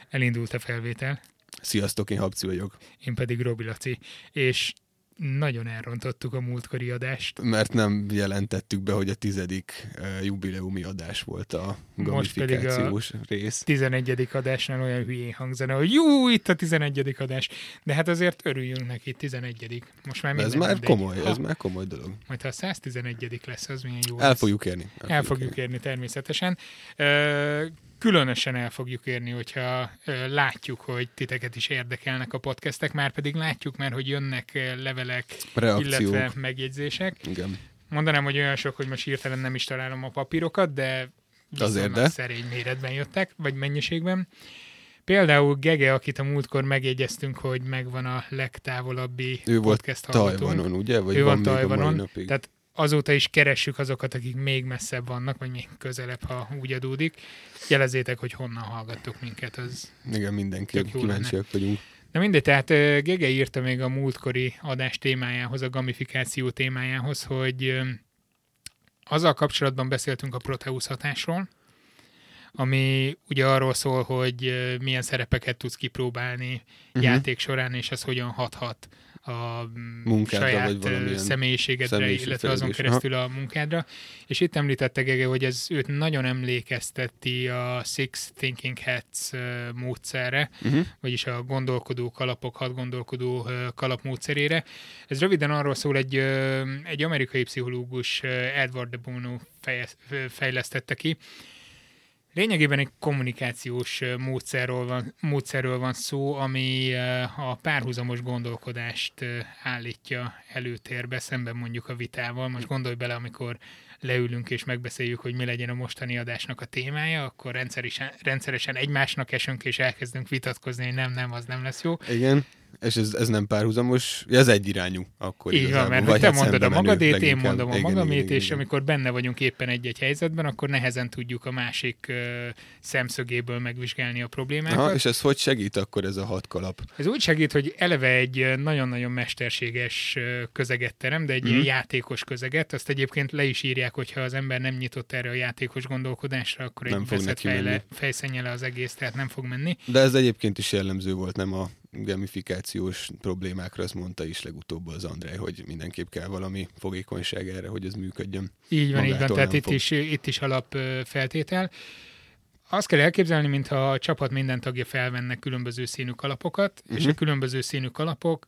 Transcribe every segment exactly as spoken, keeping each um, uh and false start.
Elindult a felvétel. Sziasztok, én Habci vagyok. Én pedig Robi Laci. És nagyon elrontottuk a múltkori adást. Mert nem jelentettük be, hogy a tizedik uh, jubileumi adás volt a gamifikációs rész. tizenegyedik adásnál olyan hülyén hangzana, hogy jó, itt a tizenegyedik adás. De hát azért örüljünk neki, tizenegyedik. Most már minden Ez már mindegy. komoly, ha, ez már komoly dolog. Majd ha a száztizenegyedik lesz, az milyen jó El lesz. fogjuk érni. El, el fogjuk érni. érni természetesen. Uh, Különösen el fogjuk érni, hogyha ö, látjuk, hogy titeket is érdekelnek a podcastek, már pedig látjuk már, hogy jönnek levelek, reakciók, illetve megjegyzések. Igen. Mondanám, hogy olyan sok, hogy most hirtelen nem is találom a papírokat, de viszonylag szerény méretben jöttek, vagy mennyiségben. Például Gege, akit a múltkor megjegyeztünk, hogy megvan a legtávolabbi ő podcast volt Tajvanon, ugye? Vagy ő van, van még Tajvanon, a mai napig? Tehát azóta is keressük azokat, akik még messzebb vannak, vagy még közelebb, ha úgy adódik. Jelezzétek, hogy honnan hallgattok minket. Az Igen, mindenki kíváncsiak vagyunk. Na mindegy, tehát uh, Gege írta még a múltkori adás témájához, a gamifikáció témájához, hogy uh, azzal kapcsolatban beszéltünk a Proteus hatásról, ami ugye arról szól, hogy uh, milyen szerepeket tudsz kipróbálni uh-huh. játék során, és az hogyan hathat a munkádra, saját személyiségedre, illetve azon keresztül Aha. a munkádra. És itt említette Gege, hogy ez őt nagyon emlékezteti a Six Thinking Hats módszerre, uh-huh. vagyis a gondolkodó kalapok, hat gondolkodó kalap módszerére. Ez röviden arról szól, egy, egy amerikai pszichológus, Edward de Bono fejlesztette ki. Lényegében egy kommunikációs módszerről van, módszerről van szó, ami a párhuzamos gondolkodást állítja előtérbe, szemben mondjuk a vitával. Most gondolj bele, amikor leülünk és megbeszéljük, hogy mi legyen a mostani adásnak a témája, akkor rendszeresen, rendszeresen egymásnak esünk és elkezdünk vitatkozni, hogy nem, nem, az nem lesz jó. Igen. És ez, ez nem párhuzamos, ez egyirányú akkor. Így van, mert hogy te mondod a magadét, én mondom a igen, magamét, igen, igen, és igen. amikor benne vagyunk éppen egy-egy helyzetben, akkor nehezen tudjuk a másik uh, szemszögéből megvizsgálni a problémákat. Aha, és ez hogy segít akkor ez a hat kalap? Ez úgy segít, hogy eleve egy nagyon-nagyon mesterséges közeget terem, de egy mm. ilyen játékos közeget. Azt egyébként le is írják, hogyha az ember nem nyitott erre a játékos gondolkodásra, akkor nem egy veszett fejle, fejszennyele az egész, tehát nem fog menni. De ez egyébként is jellemző volt, nem a gamifikációs problémákra, azt mondta is legutóbb az Andrej, hogy mindenképp kell valami fogékonyság erre, hogy ez működjön. Így van, így van, tehát itt is, itt is alapfeltétel. Azt kell elképzelni, mintha a csapat minden tagja felvenne különböző színű kalapokat, uh-huh. és a különböző színű kalapok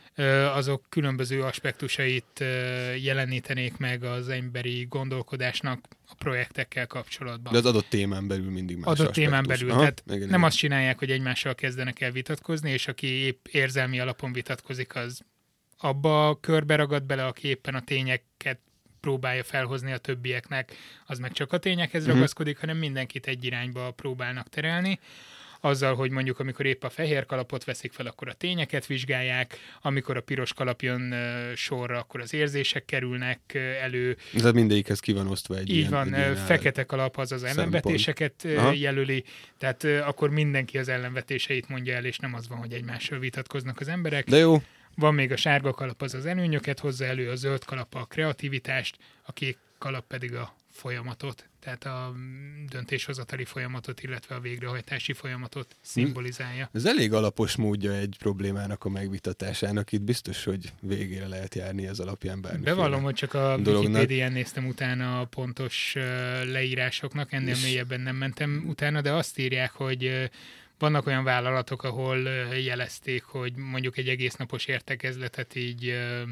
azok különböző aspektusait jelenítenék meg az emberi gondolkodásnak a projektekkel kapcsolatban. De az adott témán belül mindig más Adott aspektus. témán belül, Aha, tehát igen, nem igen. azt csinálják, hogy egymással kezdenek el vitatkozni, és aki épp érzelmi alapon vitatkozik, az abba a körbe ragad bele, aki éppen a tényeket próbálja felhozni a többieknek, az meg csak a tényekhez uh-huh. ragaszkodik, hanem mindenkit egy irányba próbálnak terelni. Azzal, hogy mondjuk amikor épp a fehér kalapot veszik fel, akkor a tényeket vizsgálják, amikor a piros kalap jön uh, sorra, akkor az érzések kerülnek uh, elő. Tehát mindegyikhez ki van osztva egy Így ilyen, van, egy ilyen fekete kalap az az ellenvetéseket uh, jelöli, tehát uh, akkor mindenki az ellenvetéseit mondja el, és nem az van, hogy egymással vitatkoznak az emberek. De jó. Van még a sárga kalap, az az előnyöket hozza elő, a zöld kalap a kreativitást, a kék kalap pedig a folyamatot, tehát a döntéshozatali folyamatot, illetve a végrehajtási folyamatot szimbolizálja. Ez elég alapos módja egy problémának a megvitatásának, itt biztos, hogy végére lehet járni ez alapján bármiféle Bevallom, hogy csak a dolognak. Wikipédián néztem utána a pontos uh, leírásoknak, ennél és... mélyebben nem mentem utána, de azt írják, hogy uh, vannak olyan vállalatok, ahol uh, jelezték, hogy mondjuk egy egész napos értekezletet így uh,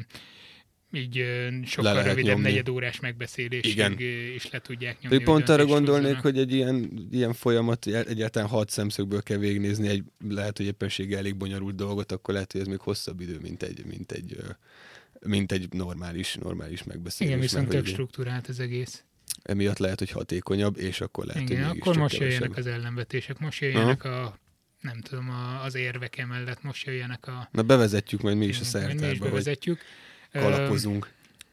így sokkal rövidebb nyomni. Negyedórás megbeszélésig is le tudják nyomni. Én pont arra gondolnék, hogy egy ilyen, ilyen folyamat egyáltalán hat szemszögből kell végignézni, egy lehet, hogy éppenséggel elég bonyolult dolgot, akkor lehet, hogy ez még hosszabb idő, mint egy, mint egy, mint egy normális, normális megbeszélés. Igen, viszont több struktúrált az egész. Emiatt lehet, hogy hatékonyabb, és akkor lehet, igen, hogy akkor most kevesebb. jöjjenek az ellenvetések, most jöjjenek Aha. a nem tudom, a, az érvek emellett, most jöjjenek a... Na bevezetjük majd mi is a szertárba, mi is bevezetjük. Kalapozunk.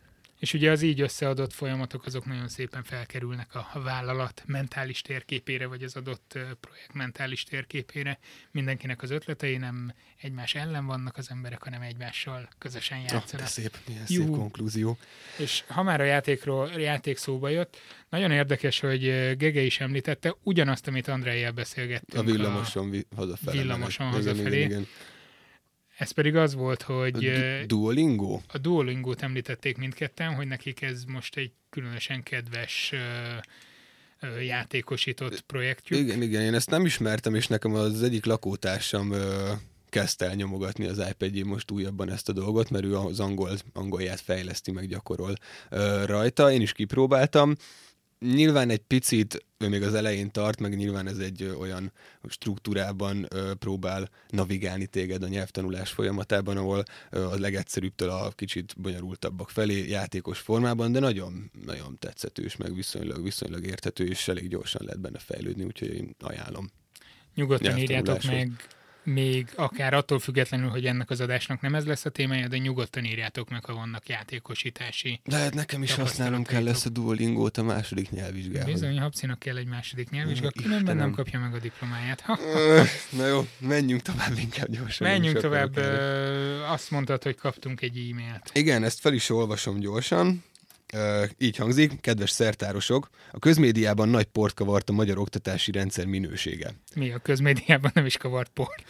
És ugye az így összeadott folyamatok azok nagyon szépen felkerülnek a vállalat mentális térképére, vagy az adott projekt mentális térképére. Mindenkinek az ötletei nem egymás ellen vannak az emberek, hanem egymással közösen játszanak. Oh, de szép, milyen szép konklúzió. És ha már a játékról, játék szóba jött, nagyon érdekes, hogy Gege is említette, ugyanazt, amit Andrejjel beszélgettünk. A villamoson vi- hazafelé. Villamoson hazafelé. Igen, igen. Ez pedig az volt, hogy... A Duolingo? A Duolingót említették mindketten, hogy nekik ez most egy különösen kedves ö, ö, játékosított projektjük. Igen, igen, én ezt nem ismertem, és nekem az egyik lakótársam ö, kezdte el nyomogatni az iPadjén most újabban ezt a dolgot, mert ő az angol, angolját fejleszti, meg gyakorol ö, rajta. Én is kipróbáltam. Nyilván egy picit, ő még az elején tart, meg nyilván ez egy ö, olyan struktúrában ö, próbál navigálni téged a nyelvtanulás folyamatában, ahol ö, a legegyszerűbbtől a kicsit bonyolultabbak felé játékos formában, de nagyon, nagyon tetszetős, meg viszonylag, viszonylag érthető, és elég gyorsan lehet benne fejlődni, úgyhogy én ajánlom. Nyugodtan írjátok meg, még akár attól függetlenül, hogy ennek az adásnak nem ez lesz a témája, de nyugodtan írjátok meg, ha vannak játékosítási. Lehet, nekem is használnom kell lesz a Duolingót a második nyelvvizsgához. Bizony, Habcinak kell egy második nyelvvizsga, különben nem kapja meg a diplomáját. Ha, Na jó, menjünk tovább inkább gyorsan. Menjünk tovább. Ö, azt mondtad, hogy kaptunk egy e-mailt. Igen, ezt fel is olvasom gyorsan. Uh, így hangzik, kedves szertárosok, a közmédiában nagy port kavart a magyar oktatási rendszer minősége. Mi a közmédiában nem is kavart port?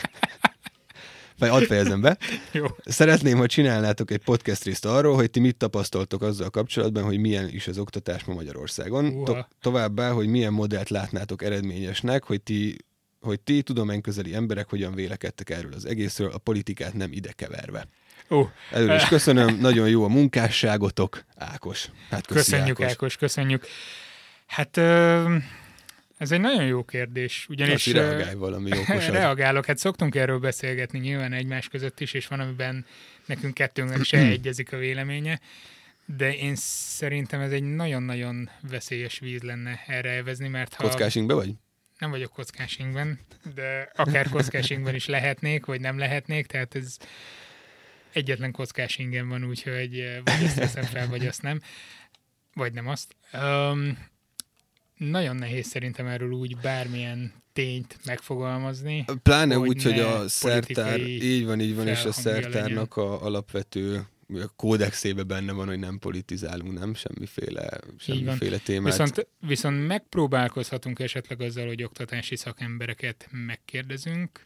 Vagy add fejezem be. Jó. Szeretném, ha csinálnátok egy podcast részt arról, hogy ti mit tapasztaltok azzal kapcsolatban, hogy milyen is az oktatás ma Magyarországon. To- továbbá, hogy milyen modellt látnátok eredményesnek, hogy ti, hogy ti tudományközeli emberek hogyan vélekedtek erről az egészről, a politikát nem ide keverve. Uh. Előre is köszönöm, nagyon jó a munkásságotok, Ákos. Hát köszönjük, Ákos. Ákos, köszönjük. Hát ez egy nagyon jó kérdés. Ugyanis hát, reagálj valami okosat. Reagálok, hát szoktunk erről beszélgetni nyilván egymás között is, és van, amiben nekünk kettőnknek se egyezik a véleménye, de én szerintem ez egy nagyon-nagyon veszélyes víz lenne erre elvezni, mert ha... Kockásingbe vagy? Nem vagyok kockásingben, de akár kockásingben is lehetnék, vagy nem lehetnék, tehát ez... Egyetlen kockás ingem van, úgyhogy vagy ezt veszem fel, vagy azt nem. Vagy nem azt. Um, nagyon nehéz szerintem erről úgy bármilyen tényt megfogalmazni. Pláne úgy, hogy a szertár, így van, így van, és a szertárnak a alapvető a kódexébe benne van, hogy nem politizálunk, nem semmiféle, semmiféle témát. Viszont, viszont megpróbálkozhatunk esetleg azzal, hogy oktatási szakembereket megkérdezünk,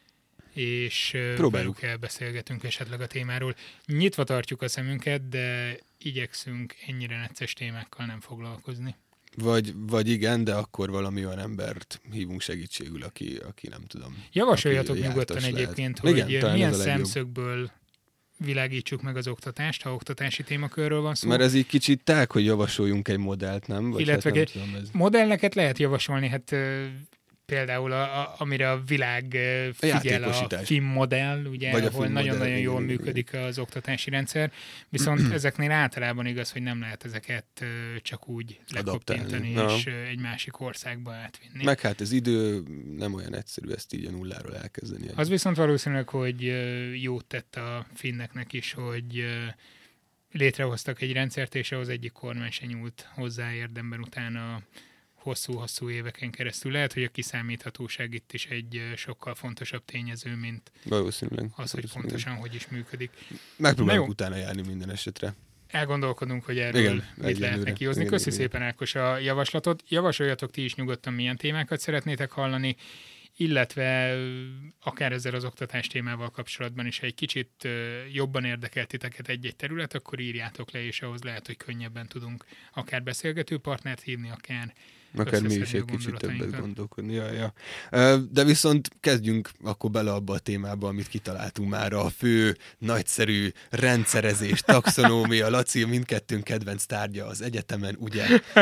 és velük elbeszélgetünk esetleg a témáról. Nyitva tartjuk a szemünket, de igyekszünk ennyire necces témákkal nem foglalkozni. Vagy, vagy igen, de akkor valami olyan embert hívunk segítségül, aki, aki nem tudom. Javasoljatok nyugodtan egyébként, lehet. hogy igen, milyen szemszögből világítsuk meg az oktatást, ha oktatási témakörről van szó. Mert ez így kicsit ták, hogy javasoljunk egy modellt, nem? Vagy illetve hát nem tudom, ez... modelleket lehet javasolni, hát például a, a, amire a világ figyel, a, a FIM modell, ugye, vagy ahol nagyon-nagyon jól működik az oktatási rendszer, viszont ezeknél általában igaz, hogy nem lehet ezeket csak úgy lekoppintani és egy másik országba átvinni. Meg hát az idő nem olyan egyszerű ezt így a nulláról elkezdeni. Az viszont valószínűleg, hogy jót tett a finneknek is, hogy létrehoztak egy rendszert, és ahhoz egyik kormány se nyúlt hozzá érdemben utána hosszú-hosszú éveken keresztül. Lehet, hogy a kiszámíthatóság itt is egy sokkal fontosabb tényező, mint valószínűleg, az, hogy valószínűleg. pontosan hogy is működik. Megpróbálunk utána járni minden esetre. Elgondolkodunk, hogy erről igen, mit lehetne kihozni. Igen, Köszi igen. szépen, Ákos, a javaslatot. Javasoljatok ti is nyugodtan, milyen témákat szeretnétek hallani, illetve akár ezzel az oktatás témával kapcsolatban is, ha egy kicsit jobban érdekel titeket egy-egy terület, akkor írjátok le, és ahhoz lehet, hogy könnyebben tudunk akár beszélgető partnert hívni, akár Akár mi is egy kicsit többet gondolkodni. Ja, ja. De viszont kezdjünk akkor bele abba a témába, amit kitaláltunk már, a fő, nagyszerű rendszerezés, taxonómia. Laci, mindkettőnk kedvenc tárgya az egyetemen, ugye?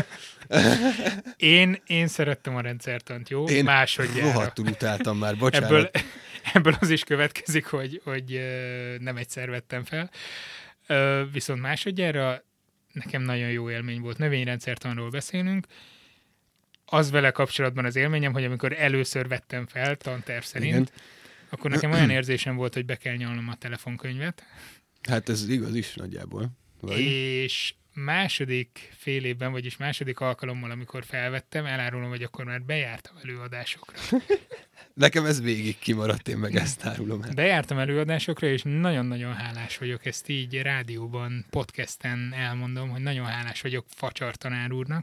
Én, én szerettem a rendszertant, jó? Én másodjára. rohadtul utáltam már, bocsánat. Ebből, ebből az is következik, hogy, hogy nem egyszer vettem fel. Viszont másodjára nekem nagyon jó élmény volt. Növényrendszertanról beszélünk. Az vele kapcsolatban az élményem, hogy amikor először vettem fel tanterv szerint, igen. akkor nekem olyan érzésem volt, hogy be kell nyalnom a telefonkönyvet. Hát ez igaz is nagyjából. Vagy? És második fél évben, vagyis második alkalommal, amikor felvettem, elárulom, hogy akkor már bejártam előadásokra. Nekem ez végig kimaradt, én meg ezt árulom el. Bejártam előadásokra, és nagyon-nagyon hálás vagyok, ezt így rádióban, podcasten elmondom, hogy nagyon hálás vagyok Facsar tanár úrnak.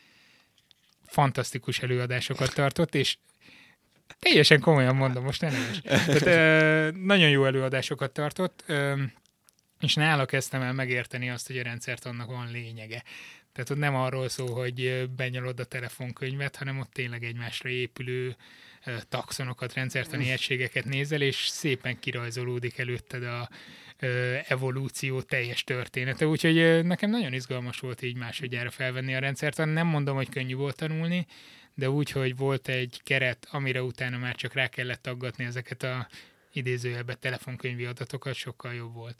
Fantasztikus előadásokat tartott, és teljesen komolyan mondom, most nem is. Tehát, ö, nagyon jó előadásokat tartott, ö, és nála kezdtem el megérteni azt, hogy a rendszertannak van lényege. Tehát ott nem arról szól, hogy benyalod a telefonkönyvet, hanem ott tényleg egymásra épülő ö, taxonokat, rendszertani egységeket nézel, és szépen kirajzolódik előtted a ö, evolúció teljes története. Úgyhogy ö, nekem nagyon izgalmas volt így másodjára felvenni a rendszertan. Nem mondom, hogy könnyű volt tanulni, de úgy, hogy volt egy keret, amire utána már csak rá kellett aggatni ezeket a idézőjelben telefonkönyvi adatokat, sokkal jobb volt.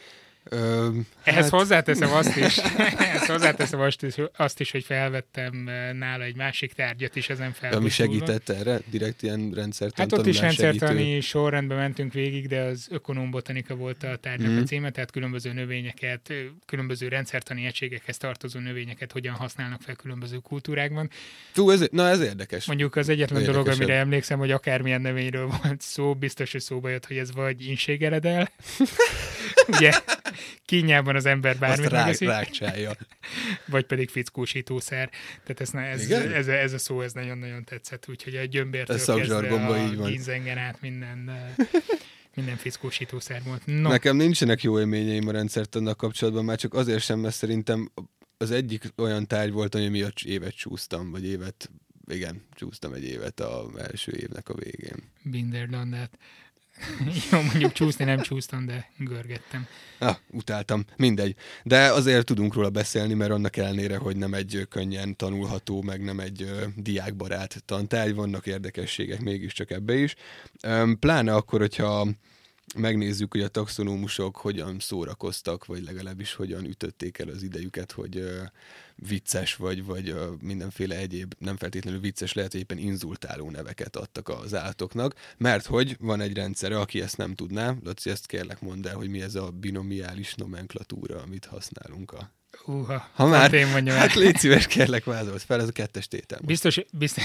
Ö, Ehhez hát... hozzáteszem azt is, ehhez hozzáteszem azt is, azt is, hogy felvettem nála egy másik tárgyat is ezen felbuszulva. Ami segített erre? Direkt ilyen rendszertan Hát ott is tanulás rendszertani segítő? sorrendben mentünk végig, de az ökonombotanika volt a tárgynak Mm. a címe, tehát különböző növényeket, különböző rendszertani egységekhez tartozó növényeket hogyan használnak fel különböző kultúrákban. Fú, ez, na ez érdekes. Mondjuk az egyetlen dolog, Érdekesebb. amire emlékszem, hogy akármilyen növényről volt szó, biztos, hogy szóba jött, hogy ez vagy inségeredel. Ugye, kínjában az ember bármit Azt rá, megeszik, rákcsálja. vagy pedig fickósítószer. Tehát ez, ez, ez, ez a szó, ez nagyon-nagyon tetszett, úgyhogy a gyömbértől Ez kezdve szakzsargonban így a van. ginzengen át minden, eh, minden fickósítószer volt. No, Nekem nincsenek jó élményeim a rendszertannak kapcsolatban, már csak azért sem, mert szerintem az egyik olyan tárgy volt, ami miatt évet csúsztam, vagy évet, igen, csúsztam egy évet az első évnek a végén. Binder Dandát. Jó, mondjuk csúszni nem csúsztam, de görgettem. Ah, utáltam. Mindegy. De azért tudunk róla beszélni, mert annak ellenére, hogy nem egy könnyen tanulható, meg nem egy ö, diákbarát tantárgy, vannak érdekességek mégiscsak ebbe is. Üm, pláne akkor, hogyha megnézzük, hogy a taxonómusok hogyan szórakoztak, vagy legalábbis hogyan ütötték el az idejüket, hogy ö, vicces, vagy, vagy ö, mindenféle egyéb, nem feltétlenül vicces, lehet, hogy éppen inzultáló neveket adtak az állatoknak, mert hogy van egy rendszere, aki ezt nem tudná. Laci, ezt kérlek mondd el, hogy mi ez a binomiális nomenklatúra, amit használunk a... Uha, Ha már, én mondjam el. hát légy szíves, kérlek, vázolt fel, ez a kettes tétel. Biztos, biztos,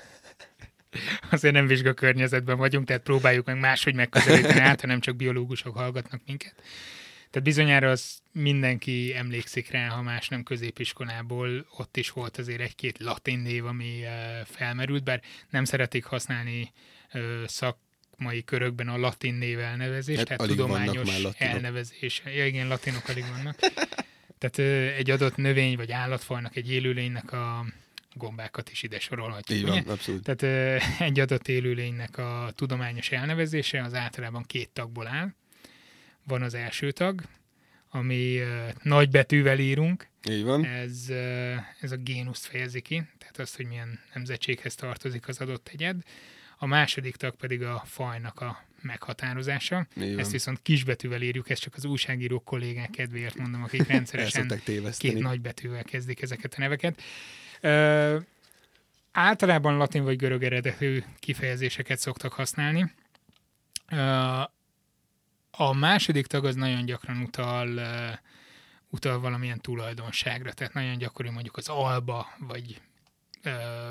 azért nem vizsgakörnyezetben vagyunk, tehát próbáljuk meg máshogy megközelíteni át, ha nem csak biológusok hallgatnak minket. Tehát bizonyára az mindenki emlékszik rá, ha más nem középiskolából, ott is volt azért egy-két latin név, ami uh, felmerült, bár nem szeretik használni uh, szakmai körökben a latin név elnevezést, Hát tehát alig tudományos vannak már latinok. elnevezés. Ja, igen, latinok alig vannak. Tehát uh, egy adott növény vagy állatfajnak, egy élőlénynek a gombákat is ide sorolhatjuk. Így van, ugye? abszolút. Tehát ö, egy adott élőlénynek a tudományos elnevezése az általában két tagból áll. Van az első tag, ami ö, nagy betűvel írunk. Így van. Ez, ö, ez a génuszt fejezi ki, tehát azt, hogy milyen nemzetséghez tartozik az adott egyed. A második tag pedig a fajnak a meghatározása. Így van. Ezt viszont kisbetűvel írjuk, ezt csak az újságíró kollégák kedvéért mondom, akik rendszeresen két nagy betűvel kezdik ezeket a neveket. Ö, általában latin vagy görög eredetű kifejezéseket szoktak használni. Ö, a második tag az nagyon gyakran utal, ö, utal valamilyen tulajdonságra, tehát nagyon gyakori mondjuk az alba, vagy ö,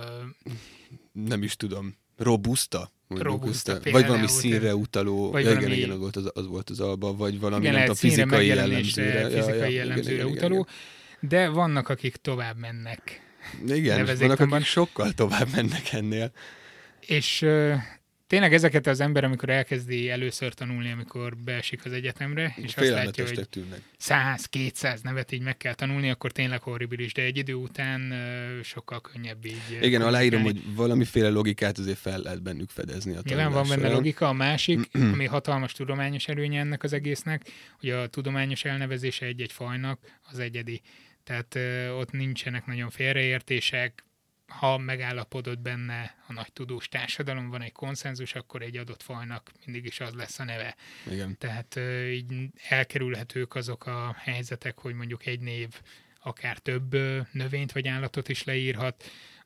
nem is tudom. Robusta? Robusta Vagy valami például, színre utaló, vagy ja, valami- igen, igen, az volt az, az volt az alba, vagy valami igen, nem lehet tudom, színre, fizikai megjelenésre, jellemzőre. fizikai Ja, ja, jellemzőre igen, igen, utaló, igen, de vannak, akik tovább mennek. igen. Igen, és nevezéktanban. vannak, akik sokkal tovább mennek ennél. És ö, tényleg ezeket az ember, amikor elkezdi először tanulni, amikor beesik az egyetemre, és azt látja, Félelmetesnek hogy tűnnek. száz-kétszáz nevet így meg kell tanulni, akkor tényleg horribilis, de egy idő után ö, sokkal könnyebb így. ö, Igen, aláírom, kommunikálni. hogy valamiféle logikát azért fel lehet bennük fedezni a Nyilván tanulás van benne során. logika, a másik, ami hatalmas tudományos előnye ennek az egésznek, hogy a tudományos elnevezése egy-egy fajnak az egyedi. Tehát ö, ott nincsenek nagyon félreértések, ha megállapodott benne a nagy tudós társadalom, van egy konszenzus, akkor egy adott fajnak mindig is az lesz a neve. Igen. Tehát ö, így elkerülhetők azok a helyzetek, hogy mondjuk egy név akár több ö, növényt vagy állatot is leírhat,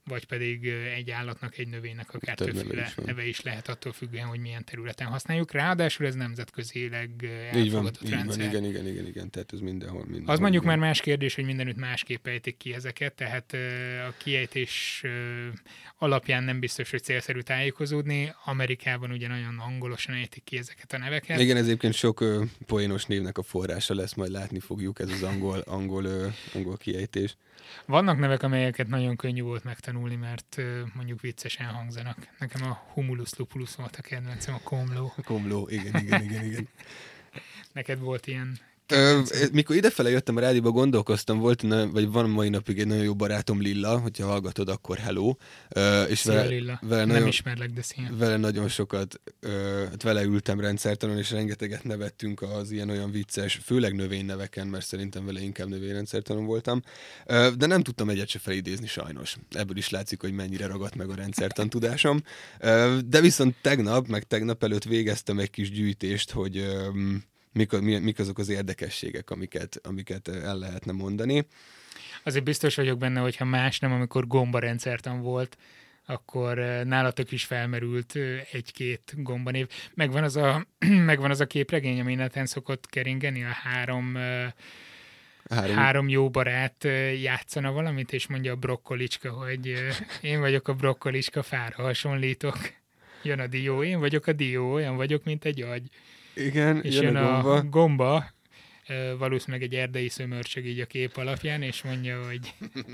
vagy pedig egy állatnak, egy növénynek akár többféle neve is lehet attól függően, hogy milyen területen használjuk. Ráadásul ez nemzetközileg elfogadott így rendszer. Van, igen, igen, igen, igen, tehát ez mindenhol. mindenhol Az mondjuk igen. már más kérdés, hogy mindenütt másképp ejtik ki ezeket, tehát a kiejtés alapján nem biztos, hogy célszerű tájékozódni. Amerikában ugye nagyon angolosan ejtik ki ezeket a neveket. Igen, ez egyébként sok ö, poénos névnek a forrása lesz, majd látni fogjuk, ez az angol, angol, ö, angol kiejtés. Vannak nevek, amelyeket nagyon könnyű volt megtanulni, mert ö, mondjuk viccesen hangzanak. Nekem a Humulus lupulus volt a kedvencem, a komló. A komló, igen, igen, igen, igen. Neked volt ilyen... Ö, mikor idefele jöttem a rádióba, gondolkoztam, volt, vagy van mai napig egy nagyon jó barátom, Lilla, hogyha hallgatod, akkor hello. Ö, és Szia, vele, Lilla. vele Nem nagyon, ismerlek, de szia. Vele nagyon sokat, ö, vele ültem rendszertanon, és rengeteget nevettünk az ilyen-olyan vicces, főleg növényneveken, mert szerintem vele inkább növényrendszertanon voltam. Ö, de nem tudtam egyet se felidézni sajnos. Ebből is látszik, hogy mennyire ragadt meg a rendszertan tudásom. Ö, de viszont tegnap, meg tegnap előtt végeztem egy kis gyűjtést, hogy... Ö, Mik, mik azok az érdekességek, amiket, amiket el lehetne mondani. Azért biztos vagyok benne, hogyha más nem, amikor gombarendszertan volt, akkor nálatok is felmerült egy-két gombanév. Megvan az a, megvan az a képregény, ami neten szokott keringeni, a három, három... három jó barát játszana valamit, és mondja a brokkolicska, hogy én vagyok a brokkolicska, fára hasonlítok. Jön a dió, én vagyok a dió, olyan vagyok, mint egy agy. Igen, és jön, jön a gomba. a gomba, valószínűleg egy erdei szömörcsög így a kép alapján, és mondja, hogy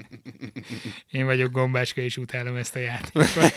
én vagyok gombácska, és utálom ezt a játékot.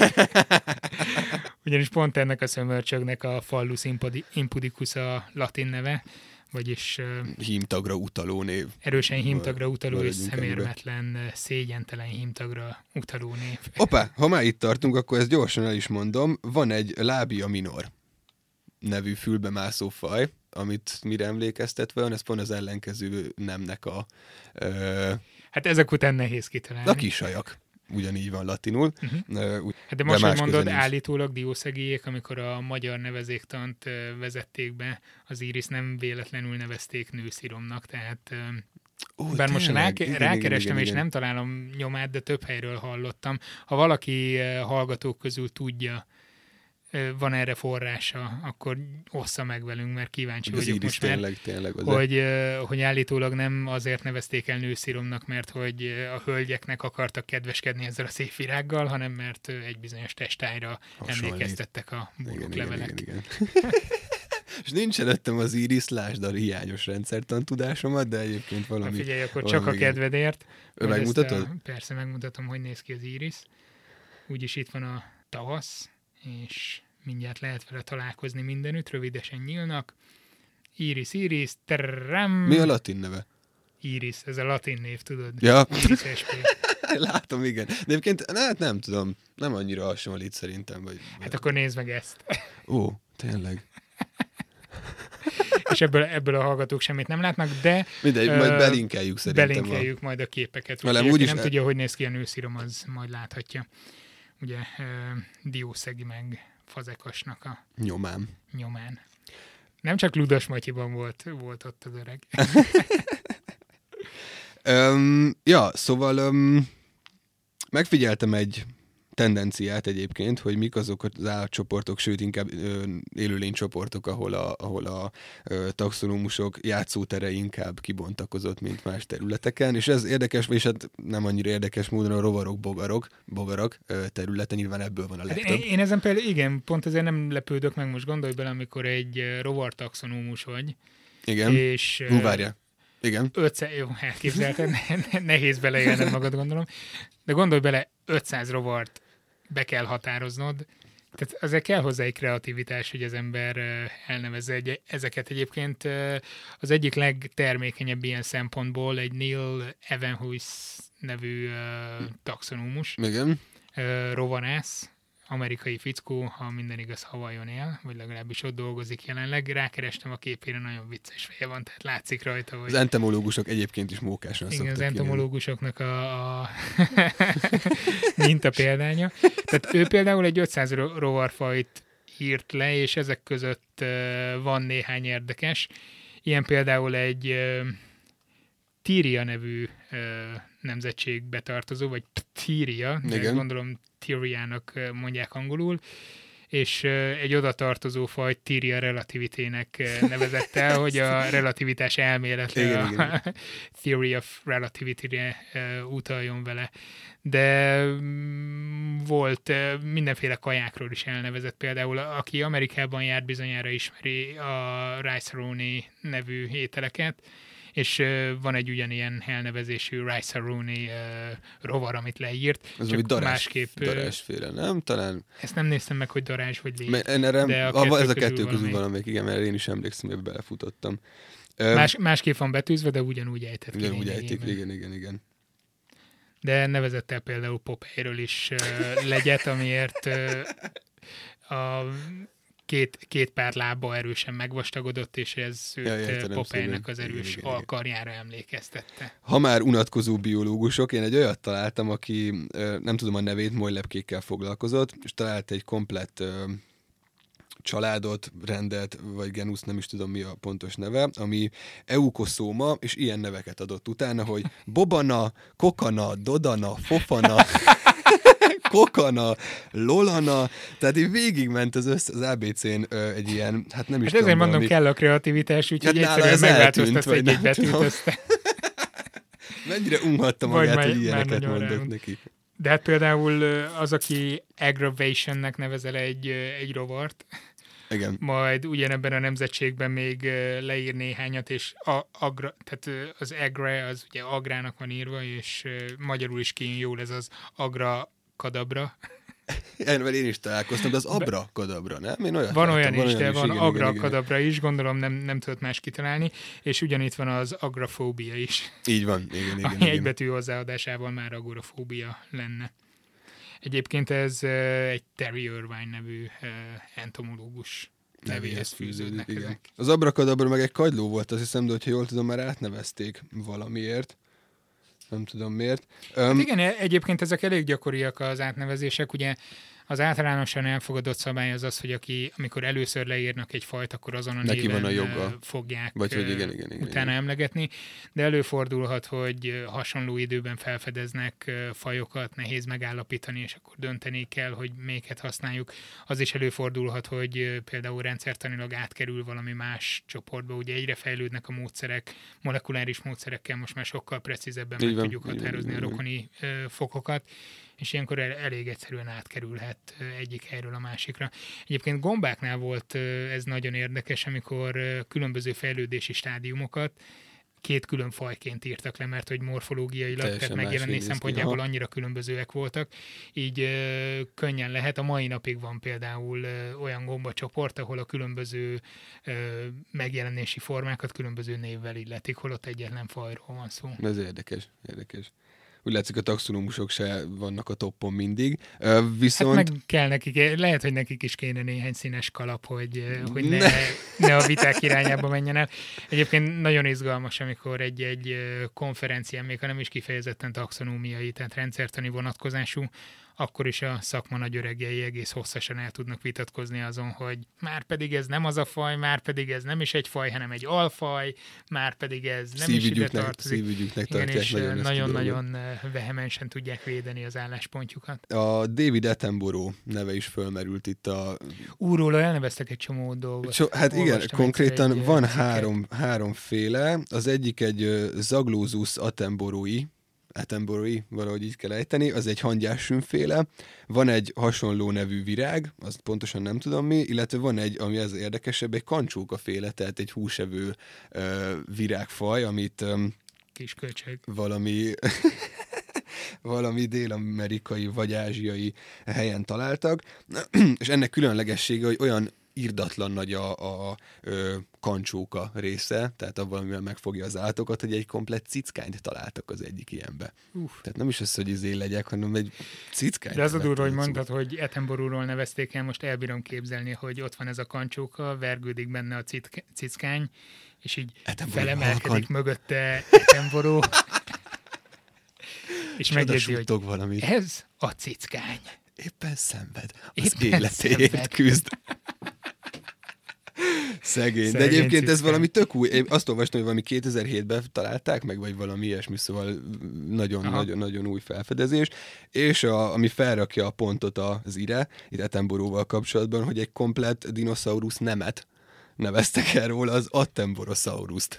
Ugyanis pont ennek a szömörcsögnek a Phallus impudicus a latin neve, vagyis hímtagra utaló név. Erősen hímtagra utaló és szemérmetlen, szégyentelen hímtagra utaló név. Hoppá, ha már itt tartunk, akkor ezt gyorsan el is mondom. Van egy Labia minor nevű fülbemászó faj, amit mire emlékeztetve van, ez pont az ellenkező nemnek a... Ö, hát ezek után nehéz kitalálni. A kisajak. Ugyanígy van latinul. Uh-huh. Úgy, hát de most, hogy mondod, állítólag diószegélyek, amikor a magyar nevezéktant vezették be, az Iris nem véletlenül nevezték nősziromnak, tehát... Ó, bár most rá, igen, rákerestem, igen, és igen. nem találom nyomát, de több helyről hallottam. Ha valaki hallgatók közül tudja, van erre forrása, akkor ossza meg velünk, mert kíváncsi az vagyok Iris most tényleg, már, tényleg hogy, hogy állítólag nem azért nevezték el nősziromnak, mert hogy a hölgyeknek akartak kedveskedni ezzel a szép virággal, hanem mert egy bizonyos testályra hasonlít. Emlékeztettek a buroklevelek. Igen, igen, igen, igen. És nincs előttem az Iris, lásd a hiányos rendszertan tudásomat, de egyébként valami... Na figyelj, akkor csak a kedvedért. Megmutatod? A, persze, megmutatom, hogy néz ki az Iris. Úgyis itt van a tavasz, és mindjárt lehet vele találkozni mindenütt, rövidesen nyílnak. Iris, Iris, terrem. Mi a latin neve? Iris, ez a latin név, tudod? Ja. Iris es pé. Látom, igen. De egyébként, hát nem tudom, nem annyira hasonlít szerintem. Vagy, hát vagy... akkor nézd meg ezt. Ó, tényleg. És ebből, ebből a hallgatók semmit nem látnak, de... Mindegy, uh, majd belinkeljük szerintem. Belinkeljük a... majd a képeket. Velem, aki úgyis nem e... tudja, hogy néz ki a nőszirom, az majd láthatja. Ugye uh, diószegi meg fazekasnak a nyomán. nyomán. Nem csak Ludas Matyiban volt, volt ott az öreg. um, ja, szóval um, megfigyeltem egy tendenciát egyébként, hogy mik azok az állatcsoportok, sőt inkább ö, élőlénycsoportok, ahol a, ahol a ö, taxonómusok játszótere inkább kibontakozott, mint más területeken, és ez érdekes, és hát nem annyira érdekes módon a rovarok, bogarok, bogarak ö, területen, nyilván ebből van a legtöbb. Hát én, én ezen például, igen, pont ezért nem lepődök meg, most gondolj bele, amikor egy rovar taxonómus vagy. Igen, és hú, várja. Igen. ötszáz, jó, elképzelted, nehéz beleélned magad, gondolom, de gondolj bele, ötszáz rovart be kell határoznod, tehát azért kell hozzá egy kreativitás, hogy az ember elnevezze egy, ezeket. Egyébként az egyik legtermékenyebb ilyen szempontból egy Neil Evenhuis nevű uh, taxonómus, igen. Uh, rovarász, amerikai fickó, ha minden igaz, Hawaiion él, vagy legalábbis ott dolgozik jelenleg. Rákerestem a képére, nagyon vicces feje van, tehát látszik rajta, hogy... Az entomológusok egyébként is mókásan igen, szoktak az entomológusoknak a, a minta példánya. Tehát ő például egy ötszáz rovarfajt írt le, és ezek között uh, van néhány érdekes. Ilyen például egy uh, Tíria nevű uh, nemzetségbe tartozó, vagy Pteria, de gondolom Pteriának mondják angolul, és egy oda tartozó faj Pteria relativitének nevezett el, hogy a relativitás elméletre, a Theory of Relativity-re utaljon vele. De volt mindenféle kajákról is elnevezett, például aki Amerikában járt, bizonyára ismeri a rice-a-roni nevű ételeket, és uh, van egy ugyanilyen elnevezésű rice-a-roni uh, rovar, amit leírt. Az úgy darás, másképp, darásféle, nem? Talán... Ezt nem néztem meg, hogy darás vagy légy. Erre, de a, a ez a kettő közül valamelyik, igen, mert én is emlékszem, hogy belefutottam. Más, másképp van betűzve, de ugyanúgy ejtett ki. Ugyanúgy ejtik, igen, igen, igen. De nevezett el például Popeye-ről is uh, legyet, amiért uh, a... Két, két pár lába erősen megvastagodott, és ez őt ja, Popeye-nek az erős igen, igen, alkarjára emlékeztette. Ha már unatkozó biológusok, én egy olyat találtam, aki nem tudom a nevét, molylepkékkel foglalkozott, és talált egy komplett családot, rendet, vagy genusz, nem is tudom mi a pontos neve, ami Eukoszóma, és ilyen neveket adott utána, hogy Bobana, Kokana, Dodana, Fofana, Kokana, Lolana, tehát így végigment az, össze, az á bé cén ö, egy ilyen, hát nem is hát tudom. Ezért mondom, kell a kreativitás, úgyhogy hát egyszerűen megváltoztatsz egy-egy betűt, aztán... Mennyire unhatta magát, már, hogy ilyeneket mondott rámond. Neki. De hát például az, aki Aggravationnek nevezel egy, egy rovart, igen. Majd ugyanebben a nemzetségben még leír néhányat, és a, agra, tehát az agre, az ugye agrának van írva, és magyarul is kijön jól ez az agra kadabra. Envel én is találkoztam, de az abra kadabra, nem? Én olyat van láttam, olyan van is, olyan de is, van igen, agra igen, kadabra is, gondolom nem, nem tudott más kitalálni, és ugyanitt van az agrafóbia is. Így van, igen, igen. Ami igen. egy betű hozzáadásával már agorafóbia lenne. Egyébként ez egy Terry Irvine nevű entomológus nevéhez fűződnek ezek. Az abrakadabra meg egy kagyló volt, azt hiszem, de hogyha jól tudom, már átnevezték valamiért. Nem tudom miért. Hát um, igen, egyébként ezek elég gyakoriak az átnevezések, ugye az általánosan elfogadott szabály az az, hogy aki, amikor először leírnak egy fajt, akkor azon a neki néven van a joga. fogják Vagy, hogy igen, igen, igen, utána igen. emlegetni, de előfordulhat, hogy hasonló időben felfedeznek fajokat, nehéz megállapítani, és akkor dönteni kell, hogy melyiket használjuk. Az is előfordulhat, hogy például rendszertanilag átkerül valami más csoportba, ugye egyre fejlődnek a módszerek, molekuláris módszerekkel most már sokkal precízebben meg tudjuk határozni igen, a rokoni igen. fokokat, és ilyenkor elég egyszerűen átkerülhet egyik helyről a másikra. Egyébként gombáknál volt ez nagyon érdekes, amikor különböző fejlődési stádiumokat két külön fajként írtak le, mert hogy morfológiailag, tehát megjelenés szempontjából annyira különbözőek voltak. Így ö, könnyen lehet. A mai napig van például ö, olyan gombacsoport, ahol a különböző ö, megjelenési formákat különböző névvel illetik, holott egyetlen fajról van szó. Ez érdekes, érdekes. Úgy látszik, a taxonómusok se vannak a toppon mindig. Viszont... Hát meg kell nekik, lehet, hogy nekik is kéne néhány színes kalap, hogy, hogy ne, ne a viták irányába menjen el. Egyébként nagyon izgalmas, amikor egy-egy konferencián, még ha nem is kifejezetten taxonómiai, tehát rendszertani vonatkozású, akkor is a szakma nagy öregjei egész hosszasan el tudnak vitatkozni azon, hogy már pedig ez nem az a faj, már pedig ez nem is egy faj, hanem egy alfaj, már pedig ez nem is ide tartozik. Szívügyüknek tartják. Igen, és nagyon-nagyon vehemensen tudják védeni az álláspontjukat. A David Attenborough neve is fölmerült itt a... Úróla elneveztek egy csomó dolgot. So, hát igen, konkrétan van három, háromféle. Az egyik egy Zaglózus attenboroughii, Attenboroughi, valahogy így kell ejteni, az egy hangyássünféle, van egy hasonló nevű virág, azt pontosan nem tudom mi, illetve van egy, ami az érdekesebb, egy kancsókaféle, tehát egy húsevő uh, virágfaj, amit um, Kiskölcseg. valami valami dél-amerikai vagy ázsiai helyen találtak, és ennek különlegessége, hogy olyan irdatlan nagy a, a, a kancsóka része, tehát abban, amivel megfogja az állatokat, hogy egy komplett cickányt találtak az egyik ilyenbe. Uf. Tehát nem is az, hogy izé legyek, hanem egy cickányt. De az a durva, hogy mondtad, hogy Attenborough-ról nevezték el, most elbírom képzelni, hogy ott van ez a kancsóka, vergődik benne a cick- cickány, és így felemelkedik mögötte Attenborough, és megjegyzi, hogy valamit. Ez a cickány. Éppen szenved. Az Éppen életéért szenved. Küzd. Szegény. De egyébként ez valami tök új. Én azt olvastam, hogy valami kétezer-hétben találták meg, vagy valami ilyesmi, szóval nagyon-nagyon új felfedezés. És a, ami felrakja a pontot az ire, itt Attenborough-val kapcsolatban, hogy egy komplett dinoszaurusz nemet neveztek el róla, az Attenborosaurust.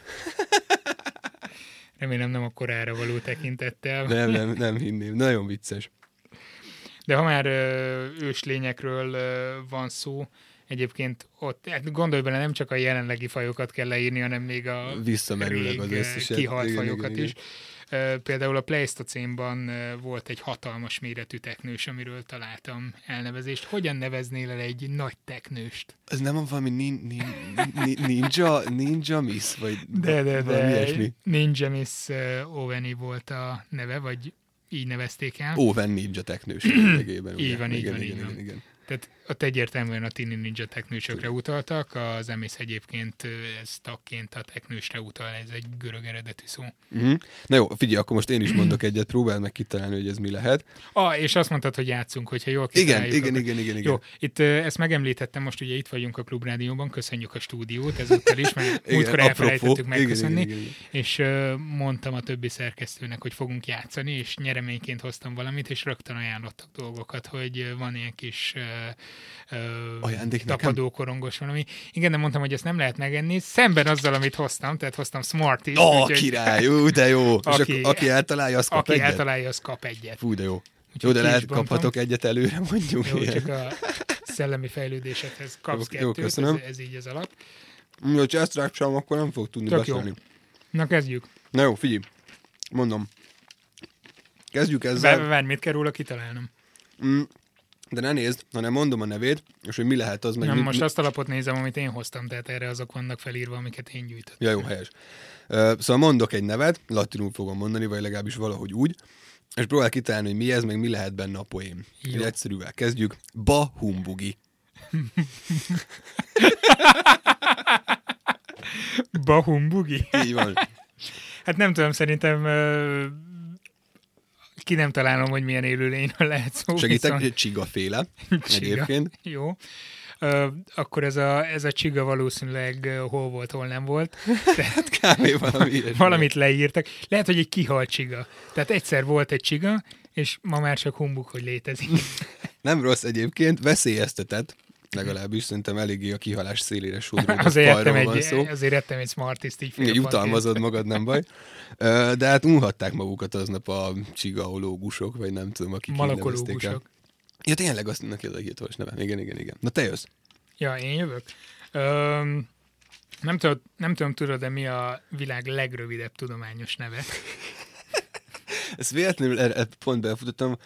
Remélem nem a korára való tekintettel. Nem, nem, nem hinném. Nagyon vicces. De ha már ö, őslényekről ö, van szó, egyébként ott, gondolj bele, nem csak a jelenlegi fajokat kell leírni, hanem még a visszamerülnek az összeset. Kihalt igen, fajokat igen, is. Igen. Például a Pleistocénban volt egy hatalmas méretű teknős, amiről találtam elnevezést. Hogyan neveznél el egy nagy teknőst? Ez nem van valami nin, nin, nin, ninja, ninja miss? Vagy de, de, valami de. Ilyesmi? Ninja miss Oveni volt a neve, vagy így nevezték el. Owen ninja teknős. Így így van, így van, így van. Igen. Tehát ott egyértelműen a Tini Ninja teknősökre utaltak, az emész egyébként ez tagként a teknősre utal, ez egy görög eredetű szó. Uh-huh. Na jó, figyelj, akkor most én is mondok egyet, próbáld meg kitalálni, hogy ez mi lehet. Ah, és azt mondtad, hogy játszunk, hogyha jól kitaláljuk. Igen, igen, igen, igen, igen. Jó, itt ezt megemlítettem, most ugye itt vagyunk a Klubrádióban, köszönjük a stúdiót ezúttal is, mert múltkor elfelejtettük megköszönni, igen, igen, igen, igen. És mondtam a többi szerkesztőnek, hogy fogunk játszani, és nyereményként hoztam valamit, és rögtön ajánlottak dolgokat, hogy van ilyen kis tapadókorongos valami. Igen, de mondtam, hogy ezt nem lehet megenni, szemben azzal, amit hoztam, tehát hoztam Smarties. Ó, oh, király, jó, de jó. Aki, és aki eltalálja, az kap aki egyet? Aki eltalálja, az kap egyet. Fú, de jó. Úgyhogy jó, de lehet kaphatok egyet előre, mondjuk. Jó, ilyen. Csak a szellemi fejlődésedhez kapsz jó, kettőt, jó, ez, ez így az alap. Jó, ha ezt rácsálom, akkor nem fog tudni Tök beszélni. Jó. Na, kezdjük. Na jó, figyelj. Mondom. Kezdjük ezzel. Várj, mit kell róla kitalálnom? Mm. De ne nézd, hanem mondom a nevét, és hogy mi lehet az meg. Nem, mi, most mi... azt a lapot nézem, amit én hoztam, tehát erre azok vannak felírva, amiket én gyűjtöttem. Ja, jó, helyes. Uh, szóval mondok egy nevet, latinul fogom mondani, vagy legalábbis valahogy úgy, és próbál kitalálni, hogy mi ez, meg mi lehet benne a poém. Egy egyszerűvel kezdjük. Bahumbugi. Bahumbugi? Így van. Hát nem tudom, szerintem... Uh... Ki nem találom, hogy milyen élőlényről lehet szó. Segítek, viszont... csigaféle egyébként. Jó. Uh, akkor ez a, ez a csiga valószínűleg uh, hol volt, hol nem volt. Tehát kb. valami Valamit leírtak. Lehet, hogy egy kihalt csiga. Tehát egyszer volt egy csiga, és ma már csak humbug, hogy létezik. Nem rossz egyébként, veszélyeztetett. Legalábbis szerintem eléggé a kihalás szélére sodródott fajról van szó. Azért ettem egy Smarties-t így fél jutalmazod magad, nem baj. De hát unhatták magukat aznap a csigaológusok, vagy nem tudom, akik malakológusok. El. Ja, tényleg azt neki az a hirtelen neve. Igen, igen, igen. Na te jössz. Ja, én jövök. Öm, nem, tudod, nem tudom, tudod, de mi a világ legrövidebb tudományos neve? Ezt véletlenül pont belefutottam.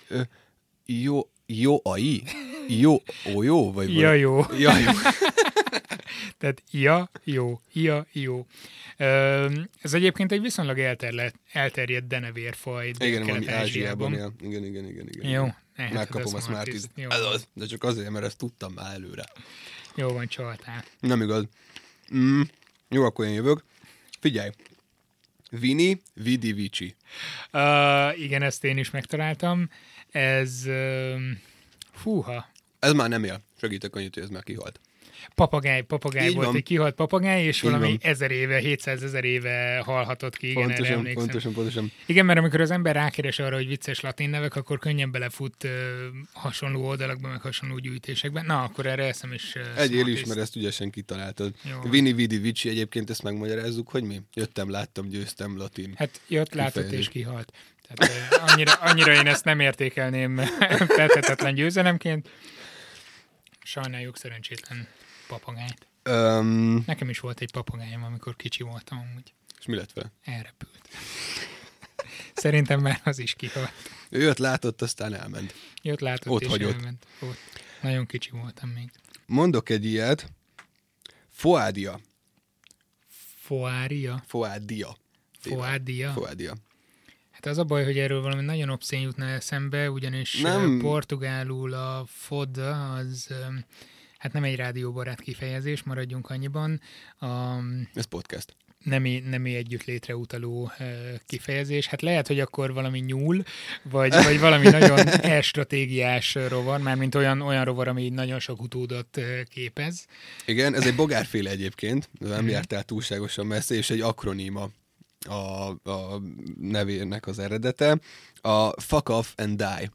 Jó, jó, ai? Jó, ó, jó? Vagy ja, jó. Ja, jó. Tehát ja, jó, ja, jó. Ez egyébként egy viszonylag elterjedt, elterjedt denevérfaj. Igen, valami Ázsiában él. Igen, igen, igen, igen. Jó. Megkapom a Smarties-t. De csak azért, mert ezt tudtam már előre. Jó van, csaltál. Nem igaz. Mm, jó, akkor én jövök. Figyelj. Vini, Vidi, Vici. Uh, igen, ezt én is megtaláltam. Ez... Uh, fúha. Ez már nem él. Segítek annyit, hogy ez már kihalt. Papagáj, papagáj volt, van. Egy kihalt papagáj, és így valami van. ezer éve, hétszázezer éve halhatott ki. Igen, pontosan, erre emlékszem. Pontosan, pontosan. Igen, mert amikor az ember rákeres arra, hogy vicces latin nevek, akkor könnyen belefut uh, hasonló oldalakban, meg hasonló gyűjtésekben. Na, akkor erre eszem is... Uh, Egyél is, mert ezt ügyesen kitaláltad. Vini, Vidi, Vici, egyébként ezt megmagyarázzuk, hogy mi? Jöttem, láttam, győztem latin. Hát jött, látott és kihalt. Tehát uh, annyira, annyira én ezt nem értékelném feltetetlen győzelemként. Sajnáljuk szerencsétlen papagájt. Um, Nekem is volt egy papagájom, amikor kicsi voltam amúgy. És mi lett vele? Elrepült. Szerintem már az is kihalt. Ő jött, látott, aztán elment. Jött, látott ott és hagyott. elment. Ott. Nagyon kicsi voltam még. Mondok egy ilyet. Foádia. Foária? Foádia. Foádia? Foádia. Hát az a baj, hogy erről valami nagyon obszén jutna eszembe, ugyanis nem. Portugálul a foda az... Hát nem egy rádióbarát kifejezés, maradjunk annyiban. A, ez podcast. nemi, nemi együttlétre utaló uh, kifejezés. Hát lehet, hogy akkor valami nyúl, vagy, vagy valami nagyon elstratégiás rovar, mármint olyan, olyan rovar, ami nagyon sok utódot uh, képez. Igen, ez egy bogárféle egyébként, nem mm. jártál túlságosan messze, és egy akroníma a, a nevének az eredete. A fuck off and die.